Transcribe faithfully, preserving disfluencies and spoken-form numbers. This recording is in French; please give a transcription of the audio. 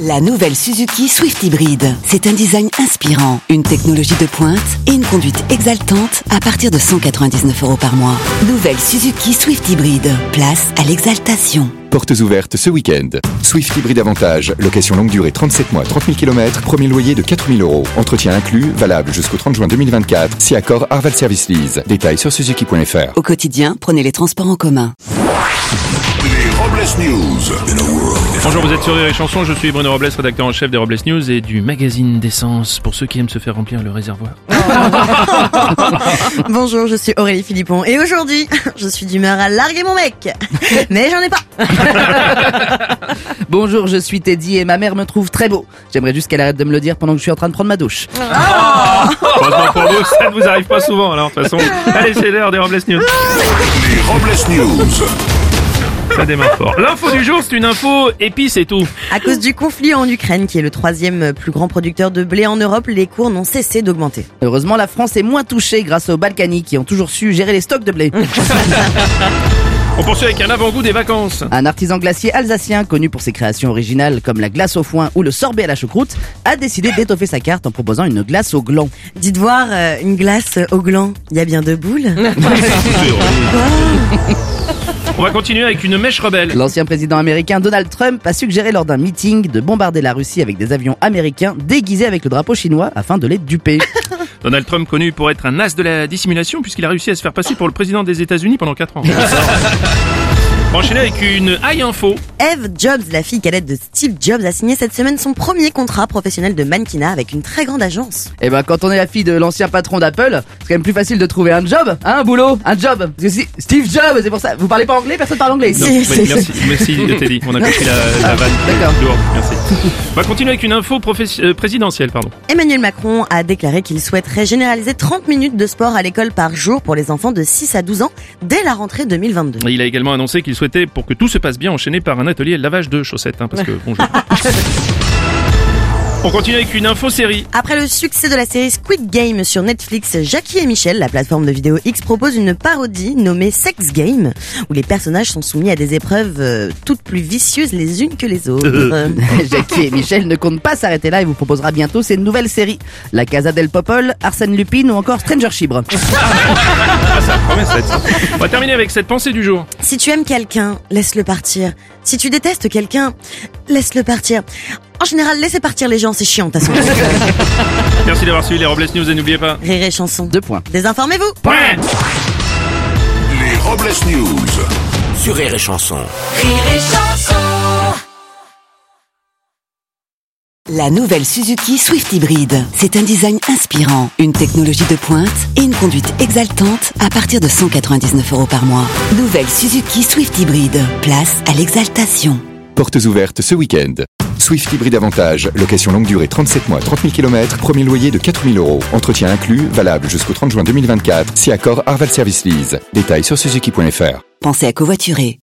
La nouvelle Suzuki Swift Hybrid. C'est un design inspirant, une technologie de pointe et une conduite exaltante à partir de cent quatre-vingt-dix-neuf euros par mois. Nouvelle Suzuki Swift Hybrid. Place à l'exaltation. Portes ouvertes ce week-end. Swift Hybrid Avantage, location longue durée trente-sept mois, trente mille kilomètres, premier loyer de quatre mille euros. Entretien inclus, valable jusqu'au trente juin deux mille vingt-quatre, si accord Arval Service Lease. Détails sur suzuki point f r. Au quotidien, prenez les transports en commun. Les Robles News. Bonjour, vous êtes sur Rire et Chanson, je suis Bruno Robles, rédacteur en chef des Robles News et du magazine d'essence pour ceux qui aiment se faire remplir le réservoir. Bonjour, je suis Aurélie Philippon et aujourd'hui, je suis d'humeur à larguer mon mec. Mais j'en ai pas. Bonjour, je suis Teddy et ma mère me trouve très beau. J'aimerais juste qu'elle arrête de me le dire pendant que je suis en train de prendre ma douche. Heureusement pour vous, ça ne vous arrive pas souvent alors de toute façon. Allez, c'est l'heure des Robles News. Les Robles News. Ça démarre fort. L'info du jour, c'est une info épice et tout. À cause du conflit en Ukraine, qui est le troisième plus grand producteur de blé en Europe, les cours n'ont cessé d'augmenter. Heureusement, la France est moins touchée grâce aux Balkany qui ont toujours su gérer les stocks de blé. On poursuit avec un avant-goût des vacances. Un artisan glacier alsacien, connu pour ses créations originales comme la glace au foin ou le sorbet à la choucroute, a décidé d'étoffer sa carte en proposant une glace au gland. Dites voir, euh, une glace au gland, il y a bien deux boules. On va continuer avec une mèche rebelle. L'ancien président américain Donald Trump a suggéré lors d'un meeting de bombarder la Russie avec des avions américains déguisés avec le drapeau chinois afin de les duper. Donald Trump, connu pour être un as de la dissimulation puisqu'il a réussi à se faire passer pour le président des États-Unis pendant quatre ans. On va enchaîner avec une high info. Eve Jobs, la fille cadette de Steve Jobs, a signé cette semaine son premier contrat professionnel de mannequinat avec une très grande agence. Et ben quand on est la fille de l'ancien patron d'Apple, c'est quand même plus facile de trouver un job, hein, un boulot, un job. Parce que si Steve Jobs, c'est pour ça. Vous parlez pas anglais, personne parle anglais ici. Non, Si, oui, si, merci, merci Teddy, on a compris la, la vanne. D'accord. Lourde, merci. On va continuer avec une info professe- euh, présidentielle, pardon. Emmanuel Macron a déclaré qu'il souhaiterait généraliser trente minutes de sport à l'école par jour pour les enfants de six à douze ans dès la rentrée deux mille vingt-deux. Il a également annoncé qu'il souhaitait, pour que tout se passe bien, enchaîner par un atelier de lavage de chaussettes, hein, parce que bonjour. On continue avec une info série. Après le succès de la série Squid Game sur Netflix, Jackie et Michel, la plateforme de vidéo X, propose une parodie nommée Sex Game, où les personnages sont soumis à des épreuves euh, toutes plus vicieuses les unes que les autres. Jackie et Michel ne comptent pas s'arrêter là et vous proposera bientôt ses nouvelles séries. La Casa del Popol, Arsène Lupin ou encore Stranger Chibre. Ah, ça promet, ça va être ça. On va terminer avec cette pensée du jour. Si tu aimes quelqu'un, laisse-le partir. Si tu détestes quelqu'un, laisse-le partir. En général, laissez partir les gens, c'est chiant, de toute façon. Merci d'avoir suivi les Robles News et n'oubliez pas... Rire et chanson. Deux points. Désinformez-vous. Point. Les Robles News. Sur Rire et Chanson. La nouvelle Suzuki Swift Hybrid. C'est un design inspirant, une technologie de pointe et une conduite exaltante à partir de cent quatre-vingt-dix-neuf euros par mois. Nouvelle Suzuki Swift Hybrid. Place à l'exaltation. Portes ouvertes ce week-end. Swift Hybrid Avantage, location longue durée trente-sept mois, trente mille kilomètres, premier loyer de quatre mille euros. Entretien inclus, valable jusqu'au trente juin deux mille vingt-quatre, si accord Arval Service Lease. Détails sur suzuki point f r. Pensez à covoiturer.